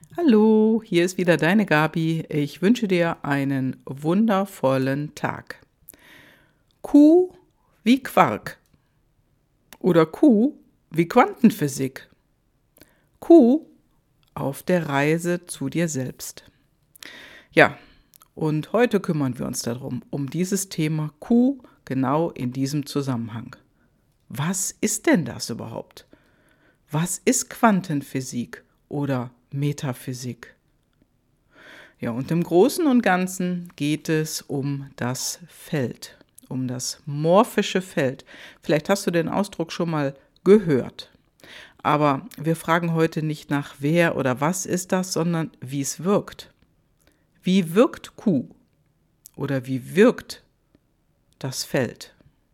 Hallo, hier ist wieder deine Gabi. Ich wünsche dir einen wundervollen Tag. Q wie Quark oder Q wie Quantenphysik. Q auf der Reise zu dir selbst. Ja, und heute kümmern wir uns darum, um dieses Thema Q genau in diesem Zusammenhang. Was ist denn das überhaupt? Was ist Quantenphysik oder Metaphysik? Ja, und im Großen und Ganzen geht es um das Feld, um das morphische Feld. Vielleicht hast du den Ausdruck schon mal gehört. Aber wir fragen heute nicht nach wer oder was ist das, sondern wie es wirkt. Wie wirkt Q? Oder wie wirkt das Feld?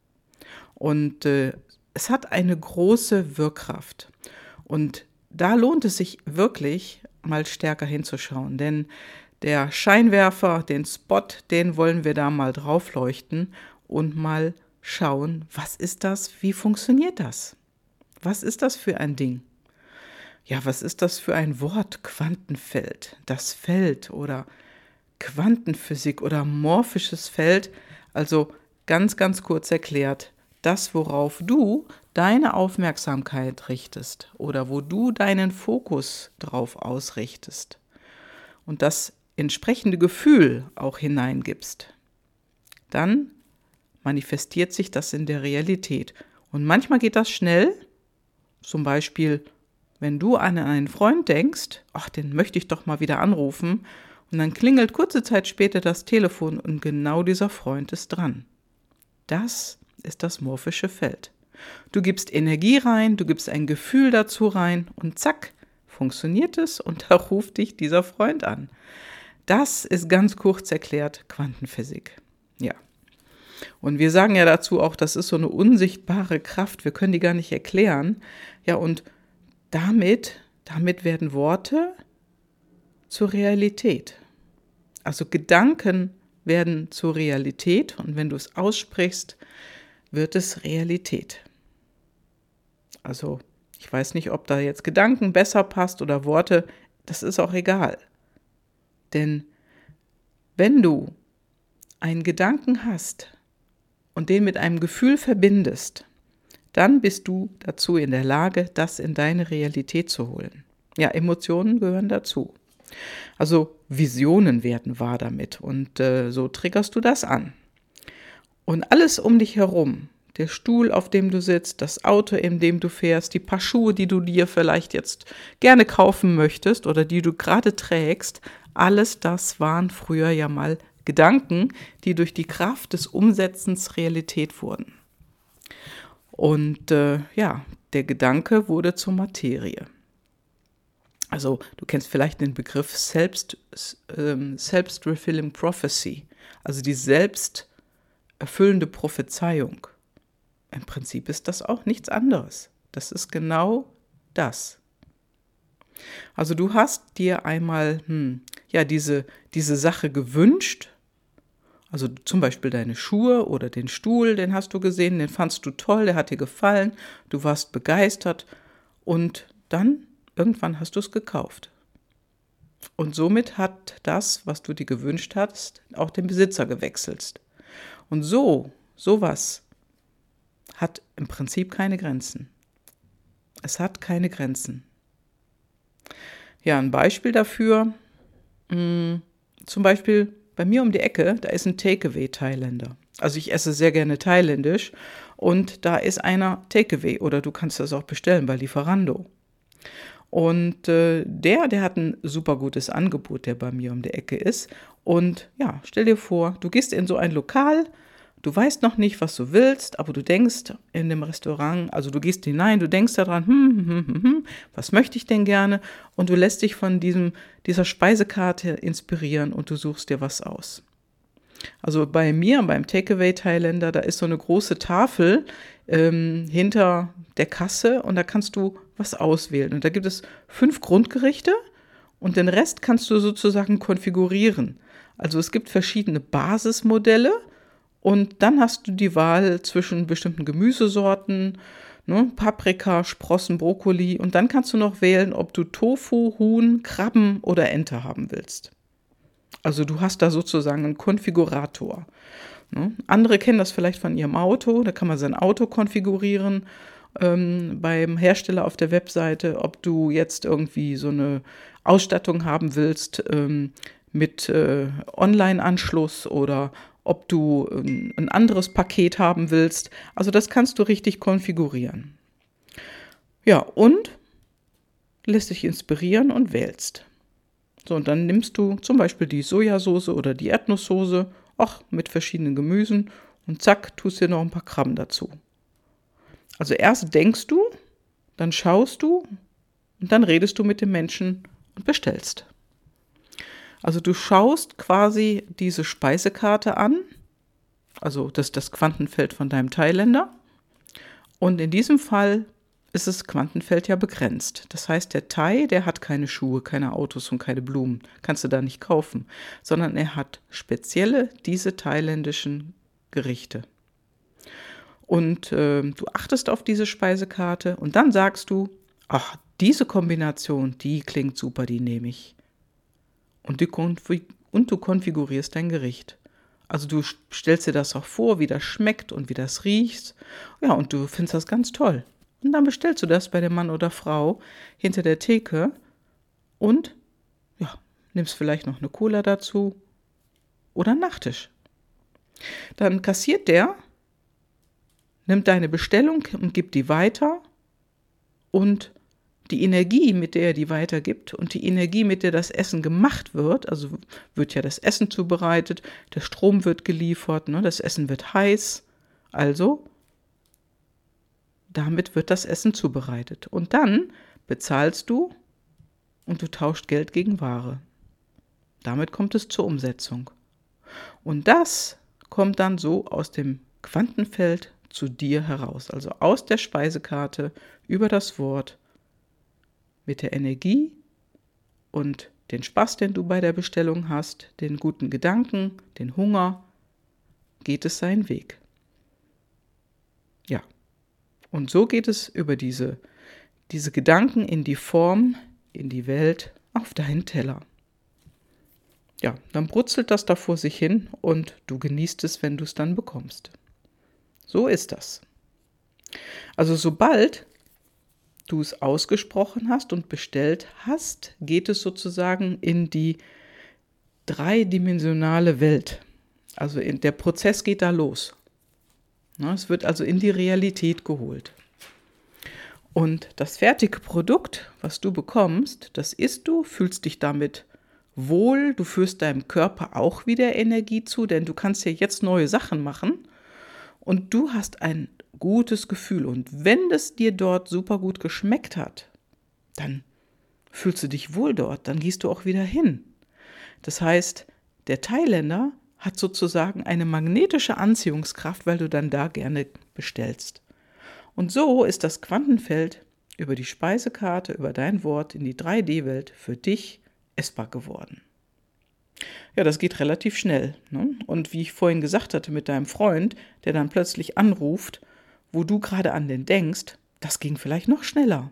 Und es hat eine große Wirkkraft. Und da lohnt es sich wirklich, mal stärker hinzuschauen. Denn der Scheinwerfer, den Spot, den wollen wir da mal draufleuchten und mal schauen, was ist das, wie funktioniert das? Was ist das für ein Ding? Ja, was ist das für ein Wort? Quantenfeld, das Feld oder Quantenphysik oder morphisches Feld. Also ganz, ganz kurz erklärt, das, worauf du deine Aufmerksamkeit richtest oder wo du deinen Fokus drauf ausrichtest und das entsprechende Gefühl auch hineingibst, dann manifestiert sich das in der Realität. Und manchmal geht das schnell, zum Beispiel, wenn du an einen Freund denkst, ach, den möchte ich doch mal wieder anrufen, und dann klingelt kurze Zeit später das Telefon und genau dieser Freund ist dran. Das ist das morphische Feld. Du gibst Energie rein, du gibst ein Gefühl dazu rein und zack, funktioniert es und da ruft dich dieser Freund an. Das ist ganz kurz erklärt Quantenphysik. Ja. Und wir sagen ja dazu auch, das ist so eine unsichtbare Kraft, wir können die gar nicht erklären. Ja, und damit werden Worte zur Realität. Also Gedanken werden zur Realität und wenn du es aussprichst, wird es Realität. Also ich weiß nicht, ob da jetzt Gedanken besser passt oder Worte, das ist auch egal. Denn wenn du einen Gedanken hast und den mit einem Gefühl verbindest, dann bist du dazu in der Lage, das in deine Realität zu holen. Ja, Emotionen gehören dazu. Also Visionen werden wahr damit und so triggerst du das an. Und alles um dich herum, der Stuhl, auf dem du sitzt, das Auto, in dem du fährst, die paar Schuhe, die du dir vielleicht jetzt gerne kaufen möchtest oder die du gerade trägst, alles das waren früher ja mal Gedanken, die durch die Kraft des Umsetzens Realität wurden. Und der Gedanke wurde zur Materie. Also du kennst vielleicht den Begriff Self-Fulfilling Prophecy, also die selbsterfüllende Prophezeiung. Im Prinzip ist das auch nichts anderes. Das ist genau das. Also du hast dir einmal diese Sache gewünscht, also zum Beispiel deine Schuhe oder den Stuhl, den hast du gesehen, den fandst du toll, der hat dir gefallen, du warst begeistert und dann irgendwann hast du es gekauft. Und somit hat das, was du dir gewünscht hast, auch den Besitzer gewechselt. Und sowas hat im Prinzip keine Grenzen. Es hat keine Grenzen. Ja, ein Beispiel dafür, zum Beispiel bei mir um die Ecke, da ist ein Takeaway-Thailänder. Also ich esse sehr gerne thailändisch und da ist einer Takeaway oder du kannst das auch bestellen bei Lieferando. Und der hat ein super gutes Angebot, der bei mir um die Ecke ist. Und ja, stell dir vor, du gehst in so ein Lokal, du weißt noch nicht, was du willst, aber du denkst in dem Restaurant, also du gehst hinein, du denkst daran, was möchte ich denn gerne? Und du lässt dich von dieser Speisekarte inspirieren und du suchst dir was aus. Also bei mir, beim Takeaway-Thailänder, da ist so eine große Tafel hinter der Kasse und da kannst du was auswählen. Und da gibt es 5 Grundgerichte und den Rest kannst du sozusagen konfigurieren. Also es gibt verschiedene Basismodelle Und dann hast du die Wahl zwischen bestimmten Gemüsesorten, ne, Paprika, Sprossen, Brokkoli. Und dann kannst du noch wählen, ob du Tofu, Huhn, Krabben oder Ente haben willst. Also du hast da sozusagen einen Konfigurator. Ne? Andere kennen das vielleicht von ihrem Auto. Da kann man sein Auto konfigurieren beim Hersteller auf der Webseite, ob du jetzt irgendwie so eine Ausstattung haben willst mit Online-Anschluss oder ob du ein anderes Paket haben willst. Also das kannst du richtig konfigurieren. Ja, und lässt dich inspirieren und wählst. So, und dann nimmst du zum Beispiel die Sojasauce oder die Erdnusssoße, auch mit verschiedenen Gemüsen und zack, tust dir noch ein paar Krabben dazu. Also erst denkst du, dann schaust du und dann redest du mit dem Menschen und bestellst. Also du schaust quasi diese Speisekarte an, also das Quantenfeld von deinem Thailänder. Und in diesem Fall ist das Quantenfeld ja begrenzt. Das heißt, der Thai, der hat keine Schuhe, keine Autos und keine Blumen. Kannst du da nicht kaufen. Sondern er hat spezielle, diese thailändischen Gerichte. Und du achtest auf diese Speisekarte und dann sagst du, ach, diese Kombination, die klingt super, die nehme ich. Und du konfigurierst dein Gericht. Also du stellst dir das auch vor, wie das schmeckt und wie das riecht. Ja, und du findest das ganz toll. Und dann bestellst du das bei dem Mann oder Frau hinter der Theke und ja, nimmst vielleicht noch eine Cola dazu oder einen Nachtisch. Dann kassiert der, nimmt deine Bestellung und gibt die weiter und die Energie, mit der er die weitergibt und die Energie, mit der das Essen gemacht wird, also wird ja das Essen zubereitet, der Strom wird geliefert, ne, das Essen wird heiß, also damit wird das Essen zubereitet. Und dann bezahlst du und du tauscht Geld gegen Ware. Damit kommt es zur Umsetzung. Und das kommt dann so aus dem Quantenfeld zu dir heraus, also aus der Speisekarte über das Wort mit der Energie und den Spaß, den du bei der Bestellung hast, den guten Gedanken, den Hunger, geht es seinen Weg. Ja, und so geht es über diese Gedanken in die Form, in die Welt, auf deinen Teller. Ja, dann brutzelt das da vor sich hin und du genießt es, wenn du es dann bekommst. So ist das. Also sobald du es ausgesprochen hast und bestellt hast, geht es sozusagen in die dreidimensionale Welt. Also der Prozess geht da los. Es wird also in die Realität geholt. Und das fertige Produkt, was du bekommst, das isst du, fühlst dich damit wohl, du führst deinem Körper auch wieder Energie zu, denn du kannst ja jetzt neue Sachen machen und du hast ein gutes Gefühl. Und wenn es dir dort super gut geschmeckt hat, dann fühlst du dich wohl dort, dann gehst du auch wieder hin. Das heißt, der Thailänder hat sozusagen eine magnetische Anziehungskraft, weil du dann da gerne bestellst. Und so ist das Quantenfeld über die Speisekarte, über dein Wort in die 3D-Welt für dich essbar geworden. Ja, das geht relativ schnell. Ne? Und wie ich vorhin gesagt hatte mit deinem Freund, der dann plötzlich anruft, wo du gerade an den denkst, das ging vielleicht noch schneller.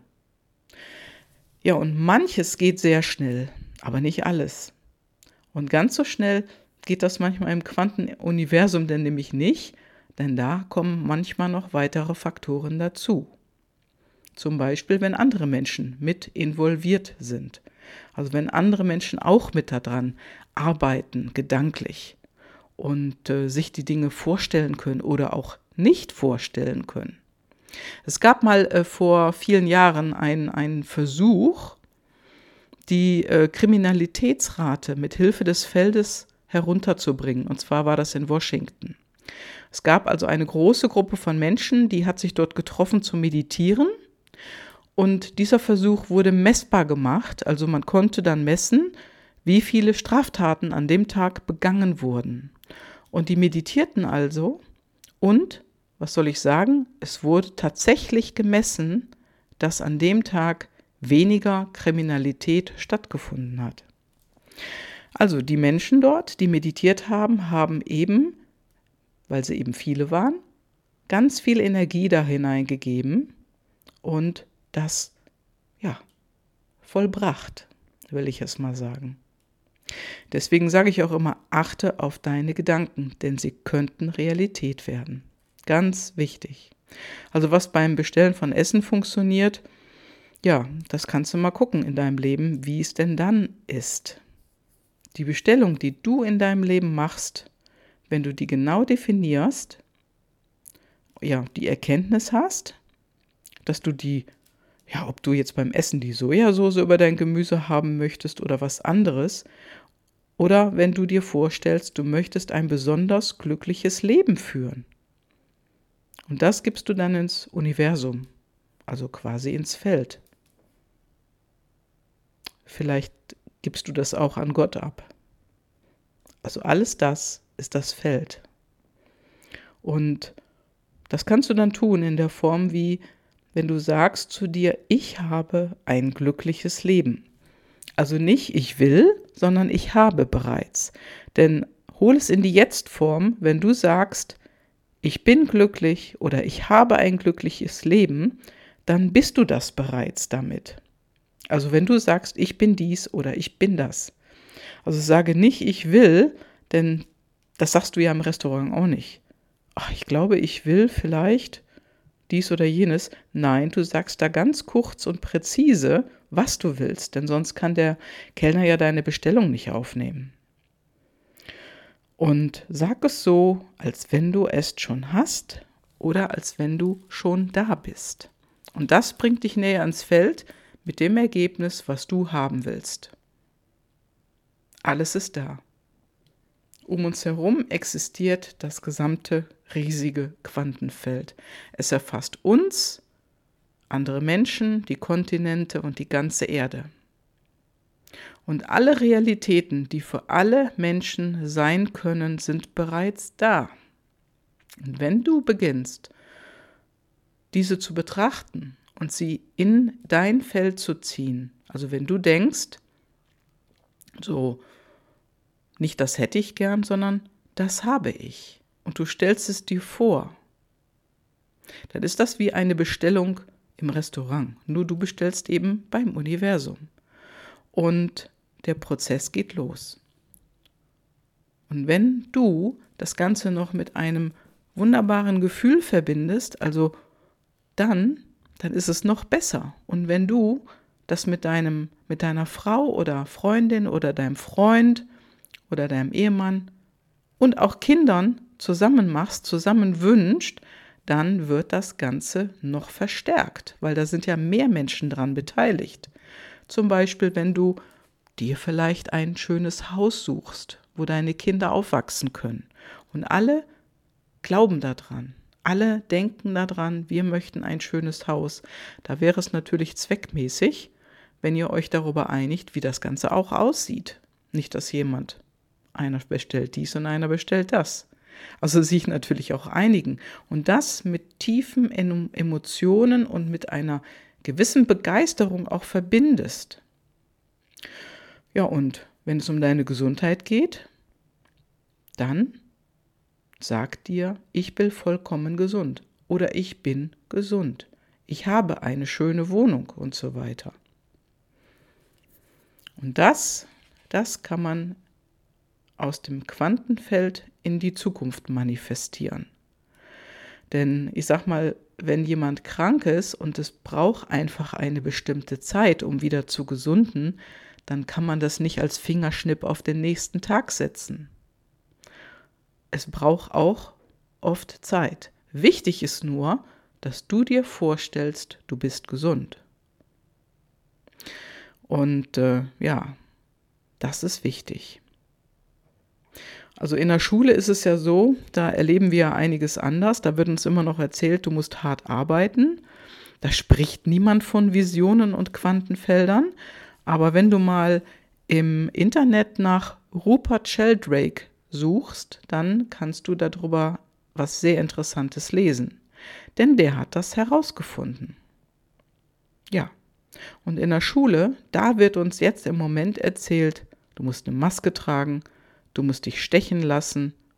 Ja, und manches geht sehr schnell, aber nicht alles. Und ganz so schnell geht das manchmal im Quantenuniversum denn nämlich nicht, denn da kommen manchmal noch weitere Faktoren dazu. Zum Beispiel, wenn andere Menschen mit involviert sind. Also wenn andere Menschen auch mit daran arbeiten, gedanklich und sich die Dinge vorstellen können oder auch nicht vorstellen können. Es gab mal vor vielen Jahren einen Versuch, die Kriminalitätsrate mit Hilfe des Feldes herunterzubringen. Und zwar war das in Washington. Es gab also eine große Gruppe von Menschen, die hat sich dort getroffen zu meditieren. Und dieser Versuch wurde messbar gemacht. Also man konnte dann messen, wie viele Straftaten an dem Tag begangen wurden. Und die meditierten also. Und, was soll ich sagen, es wurde tatsächlich gemessen, dass an dem Tag weniger Kriminalität stattgefunden hat. Also die Menschen dort, die meditiert haben, haben eben weil sie eben viele waren, ganz viel Energie da hineingegeben und das, ja, vollbracht, will ich es mal sagen. Deswegen sage ich auch immer, achte auf deine Gedanken, denn sie könnten Realität werden. Ganz wichtig. Also was beim Bestellen von Essen funktioniert, ja, das kannst du mal gucken in deinem Leben, wie es denn dann ist. Die Bestellung, die du in deinem Leben machst, wenn du die genau definierst, ja, die Erkenntnis hast, dass du ob du jetzt beim Essen die Sojasauce über dein Gemüse haben möchtest oder was anderes, oder wenn du dir vorstellst, du möchtest ein besonders glückliches Leben führen. Und das gibst du dann ins Universum, also quasi ins Feld. Vielleicht gibst du das auch an Gott ab. Also alles das ist das Feld. Und das kannst du dann tun in der Form wie, wenn du sagst zu dir, ich habe ein glückliches Leben. Also nicht ich will, sondern ich habe bereits. Denn hol es in die Jetzt-Form, wenn du sagst, ich bin glücklich oder ich habe ein glückliches Leben, dann bist du das bereits damit. Also wenn du sagst, ich bin dies oder ich bin das. Also sage nicht, ich will, denn das sagst du ja im Restaurant auch nicht. Ach, ich glaube, ich will vielleicht dies oder jenes. Nein, du sagst da ganz kurz und präzise, was du willst, denn sonst kann der Kellner ja deine Bestellung nicht aufnehmen. Und sag es so, als wenn du es schon hast oder als wenn du schon da bist. Und das bringt dich näher ans Feld mit dem Ergebnis, was du haben willst. Alles ist da. Um uns herum existiert das gesamte riesige Quantenfeld. Es erfasst uns, andere Menschen, die Kontinente und die ganze Erde. Und alle Realitäten, die für alle Menschen sein können, sind bereits da. Und wenn du beginnst, diese zu betrachten und sie in dein Feld zu ziehen, also wenn du denkst, so nicht das hätte ich gern, sondern das habe ich, und du stellst es dir vor, dann ist das wie eine Bestellung im Restaurant, nur du bestellst eben beim Universum. Und der Prozess geht los. Und wenn du das Ganze noch mit einem wunderbaren Gefühl verbindest, also dann ist es noch besser. Und wenn du das mit deiner Frau oder Freundin oder deinem Freund oder deinem Ehemann und auch Kindern zusammen machst, zusammen wünscht, dann wird das Ganze noch verstärkt, weil da sind ja mehr Menschen dran beteiligt. Zum Beispiel, wenn du dir vielleicht ein schönes Haus suchst, wo deine Kinder aufwachsen können. Und alle glauben daran. Alle denken daran, wir möchten ein schönes Haus. Da wäre es natürlich zweckmäßig, wenn ihr euch darüber einigt, wie das Ganze auch aussieht. Nicht, dass einer bestellt dies und einer bestellt das. Also sich natürlich auch einigen. Und das mit tiefen Emotionen und mit einer gewissen Begeisterung auch verbindest. Ja, und wenn es um deine Gesundheit geht, dann sag dir, ich bin vollkommen gesund oder ich bin gesund. Ich habe eine schöne Wohnung und so weiter. Und das kann man aus dem Quantenfeld in die Zukunft manifestieren. Denn ich sag mal, wenn jemand krank ist und es braucht einfach eine bestimmte Zeit, um wieder zu gesunden, dann kann man das nicht als Fingerschnipp auf den nächsten Tag setzen. Es braucht auch oft Zeit. Wichtig ist nur, dass du dir vorstellst, du bist gesund. Und das ist wichtig. Also in der Schule ist es ja so, da erleben wir ja einiges anders. Da wird uns immer noch erzählt, du musst hart arbeiten. Da spricht niemand von Visionen und Quantenfeldern. Aber wenn du mal im Internet nach Rupert Sheldrake suchst, dann kannst du darüber was sehr Interessantes lesen. Denn der hat das herausgefunden. Ja, und in der Schule, da wird uns jetzt im Moment erzählt, du musst eine Maske tragen, du musst dich stechen lassen,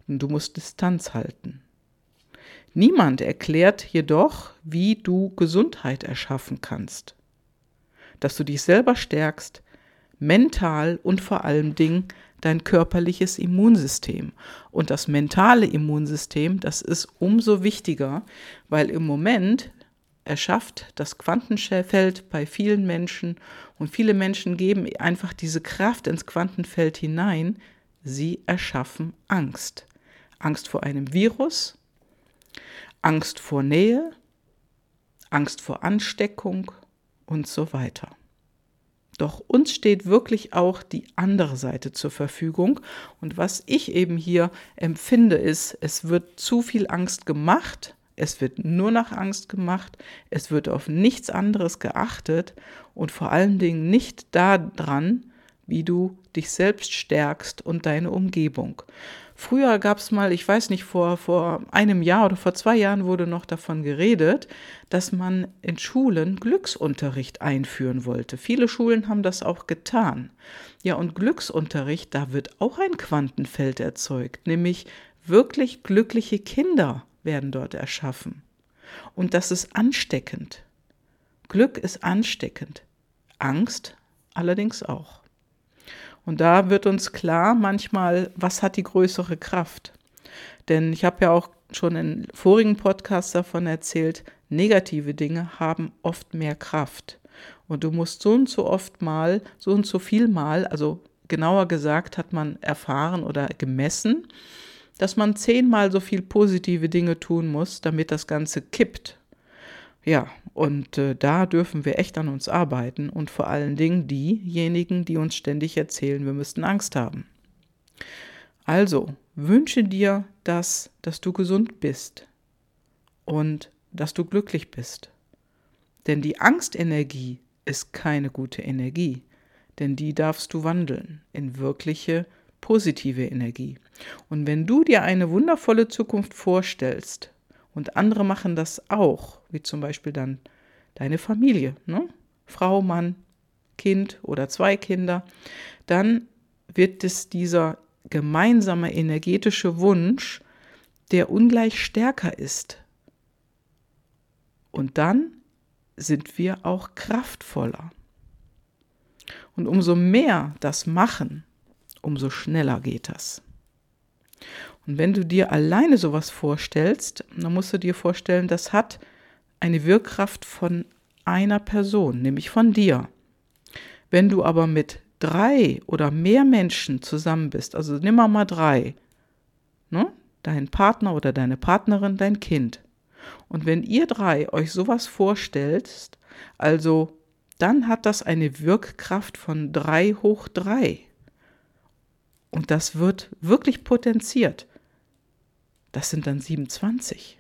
Du musst Distanz halten. Niemand erklärt jedoch, wie du Gesundheit erschaffen kannst. Dass du dich selber stärkst, mental und vor allem Dingen dein körperliches Immunsystem. Und das mentale Immunsystem, das ist umso wichtiger, weil im Moment erschafft das Quantenfeld bei vielen Menschen und viele Menschen geben einfach diese Kraft ins Quantenfeld hinein. Sie erschaffen Angst. Angst vor einem Virus, Angst vor Nähe, Angst vor Ansteckung und so weiter. Doch uns steht wirklich auch die andere Seite zur Verfügung. Und was ich eben hier empfinde, ist, es wird zu viel Angst gemacht. Es wird nur nach Angst gemacht. Es wird auf nichts anderes geachtet und vor allen Dingen nicht daran, wie du dich selbst stärkst und deine Umgebung. Früher gab es mal, ich weiß nicht, vor einem Jahr oder vor 2 Jahren wurde noch davon geredet, dass man in Schulen Glücksunterricht einführen wollte. Viele Schulen haben das auch getan. Ja, und Glücksunterricht, da wird auch ein Quantenfeld erzeugt, nämlich wirklich glückliche Kinder werden dort erschaffen. Und das ist ansteckend. Glück ist ansteckend. Angst allerdings auch. Und da wird uns klar manchmal, was hat die größere Kraft? Denn ich habe ja auch schon in vorigen Podcasts davon erzählt, negative Dinge haben oft mehr Kraft. Und du musst so und so viel Mal, also genauer gesagt hat man erfahren oder gemessen, dass man 10-mal so viel positive Dinge tun muss, damit das Ganze kippt. Ja, und da dürfen wir echt an uns arbeiten und vor allen Dingen diejenigen, die uns ständig erzählen, wir müssten Angst haben. Also, wünsche dir, dass du gesund bist und dass du glücklich bist. Denn die Angstenergie ist keine gute Energie, denn die darfst du wandeln in wirkliche positive Energie. Und wenn du dir eine wundervolle Zukunft vorstellst, und andere machen das auch, wie zum Beispiel dann deine Familie, ne? Frau, Mann, Kind oder 2 Kinder, dann wird es dieser gemeinsame energetische Wunsch, der ungleich stärker ist. Und dann sind wir auch kraftvoller. Und umso mehr das machen, umso schneller geht das. Und wenn du dir alleine sowas vorstellst, dann musst du dir vorstellen, das hat eine Wirkkraft von einer Person, nämlich von dir. Wenn du aber mit 3 oder mehr Menschen zusammen bist, also nimm mal 3, ne? Dein Partner oder deine Partnerin, dein Kind. Und wenn ihr 3 euch sowas vorstellt, also dann hat das eine Wirkkraft von 3 hoch 3. Und das wird wirklich potenziert. Das sind dann 27.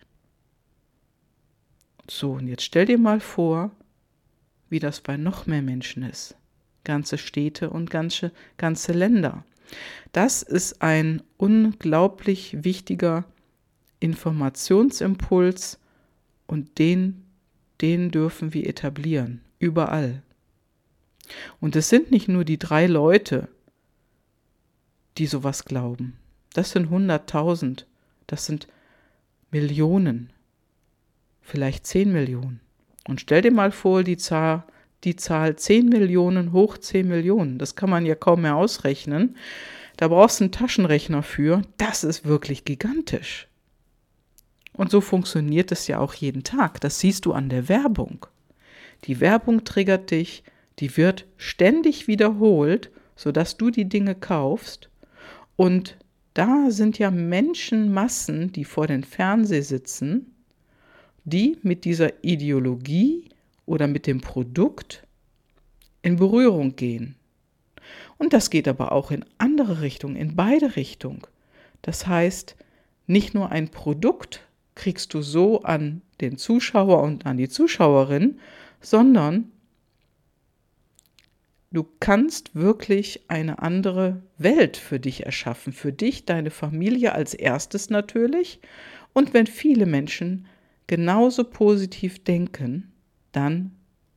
So, und jetzt stell dir mal vor, wie das bei noch mehr Menschen ist. Ganze Städte und ganze Länder. Das ist ein unglaublich wichtiger Informationsimpuls und den dürfen wir etablieren, überall. Und es sind nicht nur die 3 Leute, die sowas glauben. Das sind 100.000. Das sind Millionen, vielleicht 10 Millionen. Und stell dir mal vor, die Zahl 10 Millionen hoch 10 Millionen, das kann man ja kaum mehr ausrechnen. Da brauchst du einen Taschenrechner für, das ist wirklich gigantisch. Und so funktioniert es ja auch jeden Tag, das siehst du an der Werbung. Die Werbung triggert dich, die wird ständig wiederholt, sodass du die Dinge kaufst. Und da sind ja Menschenmassen, die vor den Fernseher sitzen, die mit dieser Ideologie oder mit dem Produkt in Berührung gehen. Und das geht aber auch in andere Richtungen, in beide Richtungen. Das heißt, nicht nur ein Produkt kriegst du so an den Zuschauer und an die Zuschauerin, sondern du kannst wirklich eine andere Welt für dich erschaffen, für dich, deine Familie als erstes natürlich. Und wenn viele Menschen genauso positiv denken, dann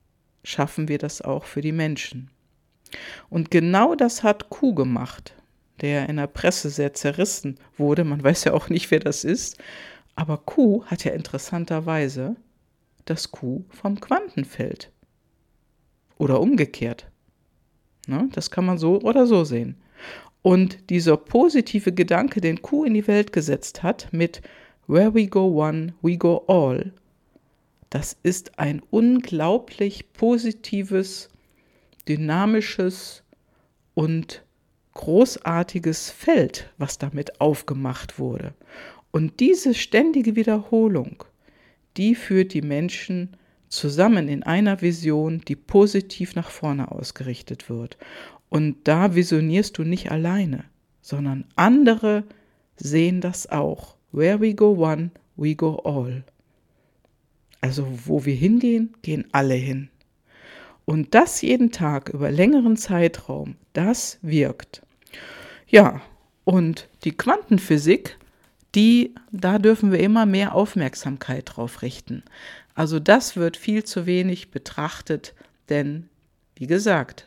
schaffen wir das auch für die Menschen. Und genau das hat Q gemacht. der in der Presse sehr zerrissen wurde. Man weiß ja auch nicht, wer das ist. Aber Q hat ja interessanterweise das Q vom Quantenfeld. Oder umgekehrt. Ne? Das kann man so oder so sehen. Und dieser positive Gedanke, den Q in die Welt gesetzt hat, mit Where we go one, we go all, das ist ein unglaublich positives, dynamisches und großartiges Feld, was damit aufgemacht wurde. Und diese ständige Wiederholung, die führt die Menschen zusammen in einer Vision, die positiv nach vorne ausgerichtet wird. Und da visionierst du nicht alleine, sondern andere sehen das auch. Where we go one, we go all. Also wo wir hingehen, gehen alle hin. Und das jeden Tag über längeren Zeitraum, das wirkt. Ja, und die Quantenphysik, da dürfen wir immer mehr Aufmerksamkeit drauf richten. Also das wird viel zu wenig betrachtet, denn, wie gesagt,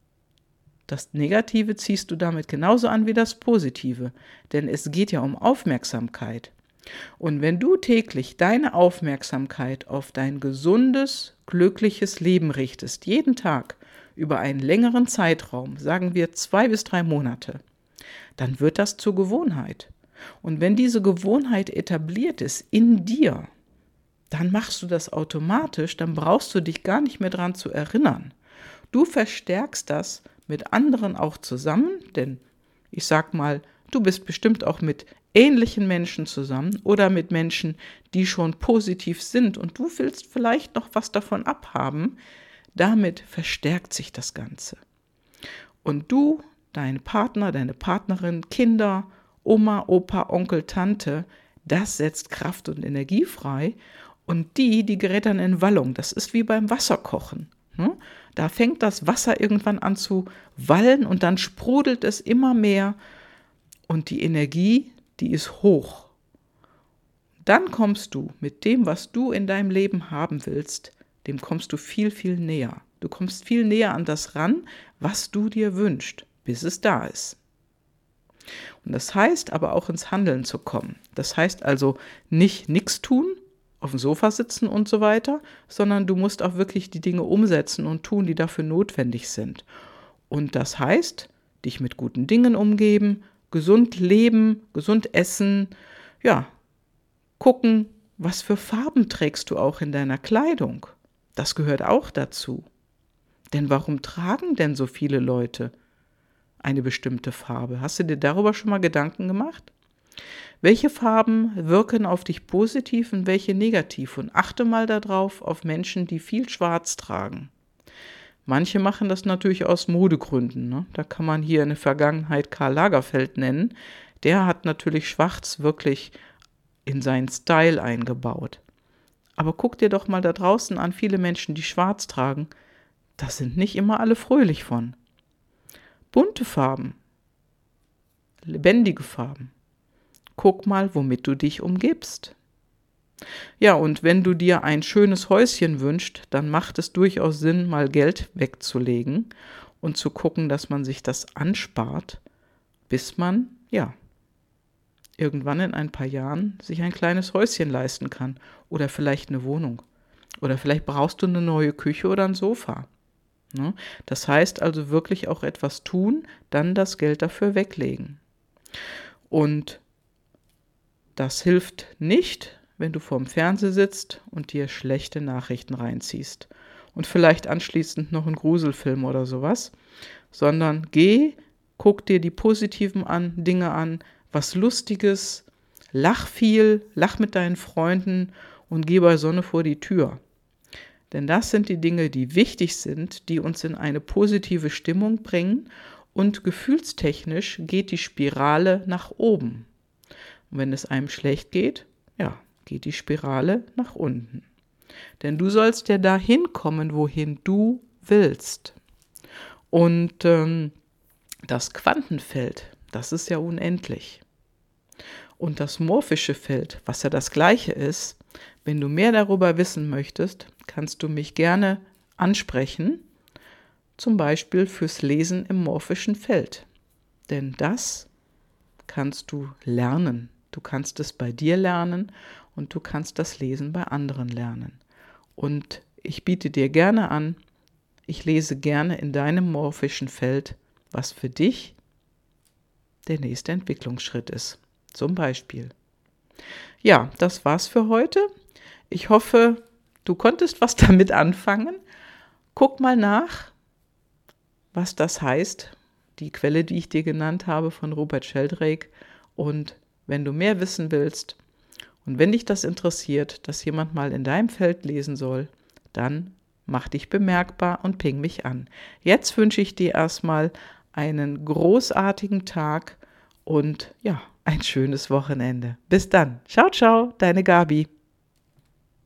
das Negative ziehst du damit genauso an wie das Positive, denn es geht ja um Aufmerksamkeit. Und wenn du täglich deine Aufmerksamkeit auf dein gesundes, glückliches Leben richtest, jeden Tag über einen längeren Zeitraum, sagen wir 2 bis 3 Monate, dann wird das zur Gewohnheit. Und wenn diese Gewohnheit etabliert ist in dir, dann machst du das automatisch, dann brauchst du dich gar nicht mehr dran zu erinnern. Du verstärkst das mit anderen auch zusammen, denn ich sag mal, du bist bestimmt auch mit ähnlichen Menschen zusammen oder mit Menschen, die schon positiv sind und du willst vielleicht noch was davon abhaben. Damit verstärkt sich das Ganze. Und du, dein Partner, deine Partnerin, Kinder, Oma, Opa, Onkel, Tante, das setzt Kraft und Energie frei und die gerät dann in Wallung. Das ist wie beim Wasserkochen. Da fängt das Wasser irgendwann an zu wallen und dann sprudelt es immer mehr und die Energie, die ist hoch. Dann kommst du mit dem, was du in deinem Leben haben willst, dem kommst du viel, viel näher. Du kommst viel näher an das ran, was du dir wünschst, bis es da ist. Und das heißt aber auch ins Handeln zu kommen. Das heißt also nicht nichts tun, auf dem Sofa sitzen und so weiter, sondern du musst auch wirklich die Dinge umsetzen und tun, die dafür notwendig sind. Und das heißt, dich mit guten Dingen umgeben, gesund leben, gesund essen, ja, gucken, was für Farben trägst du auch in deiner Kleidung. Das gehört auch dazu. Denn warum tragen denn so viele Leute eine bestimmte Farbe? Hast du dir darüber schon mal Gedanken gemacht? Welche Farben wirken auf dich positiv und welche negativ? Und achte mal darauf auf Menschen, die viel Schwarz tragen. Manche machen das natürlich aus Modegründen. Ne? Da kann man hier in der Vergangenheit Karl Lagerfeld nennen. Der hat natürlich Schwarz wirklich in seinen Style eingebaut. Aber guck dir doch mal da draußen an, viele Menschen, die Schwarz tragen, da sind nicht immer alle fröhlich von. Bunte Farben, lebendige Farben. Guck mal, womit du dich umgibst. Ja, und wenn du dir ein schönes Häuschen wünschst, dann macht es durchaus Sinn, mal Geld wegzulegen und zu gucken, dass man sich das anspart, bis man, ja, irgendwann in ein paar Jahren sich ein kleines Häuschen leisten kann oder vielleicht eine Wohnung. Oder vielleicht brauchst du eine neue Küche oder ein Sofa. Ne? Das heißt also wirklich auch etwas tun, dann das Geld dafür weglegen. Und das hilft nicht, wenn du vorm Fernseher sitzt und dir schlechte Nachrichten reinziehst und vielleicht anschließend noch einen Gruselfilm oder sowas, sondern guck dir die positiven Dinge an, was Lustiges, lach viel, lach mit deinen Freunden und geh bei Sonne vor die Tür. Denn das sind die Dinge, die wichtig sind, die uns in eine positive Stimmung bringen und gefühlstechnisch geht die Spirale nach oben. Und wenn es einem schlecht geht, ja, geht die Spirale nach unten. Denn du sollst ja dahin kommen, wohin du willst. Und das Quantenfeld, das ist ja unendlich. Und das morphische Feld, was ja das gleiche ist, wenn du mehr darüber wissen möchtest, kannst du mich gerne ansprechen, zum Beispiel fürs Lesen im morphischen Feld. denn das kannst du lernen. Du kannst es bei dir lernen und du kannst das Lesen bei anderen lernen. Und ich biete dir gerne an, ich lese gerne in deinem morphischen Feld, was für dich der nächste Entwicklungsschritt ist. Zum Beispiel. Ja, das war's für heute. Ich hoffe, du konntest was damit anfangen. Guck mal nach, was das heißt, die Quelle, die ich dir genannt habe von Robert Sheldrake. Und wenn du mehr wissen willst und wenn dich das interessiert, dass jemand mal in deinem Feld lesen soll, dann mach dich bemerkbar und ping mich an. Jetzt wünsche ich dir erstmal einen großartigen Tag und ja, ein schönes Wochenende. Bis dann. Ciao, ciao, deine Gabi.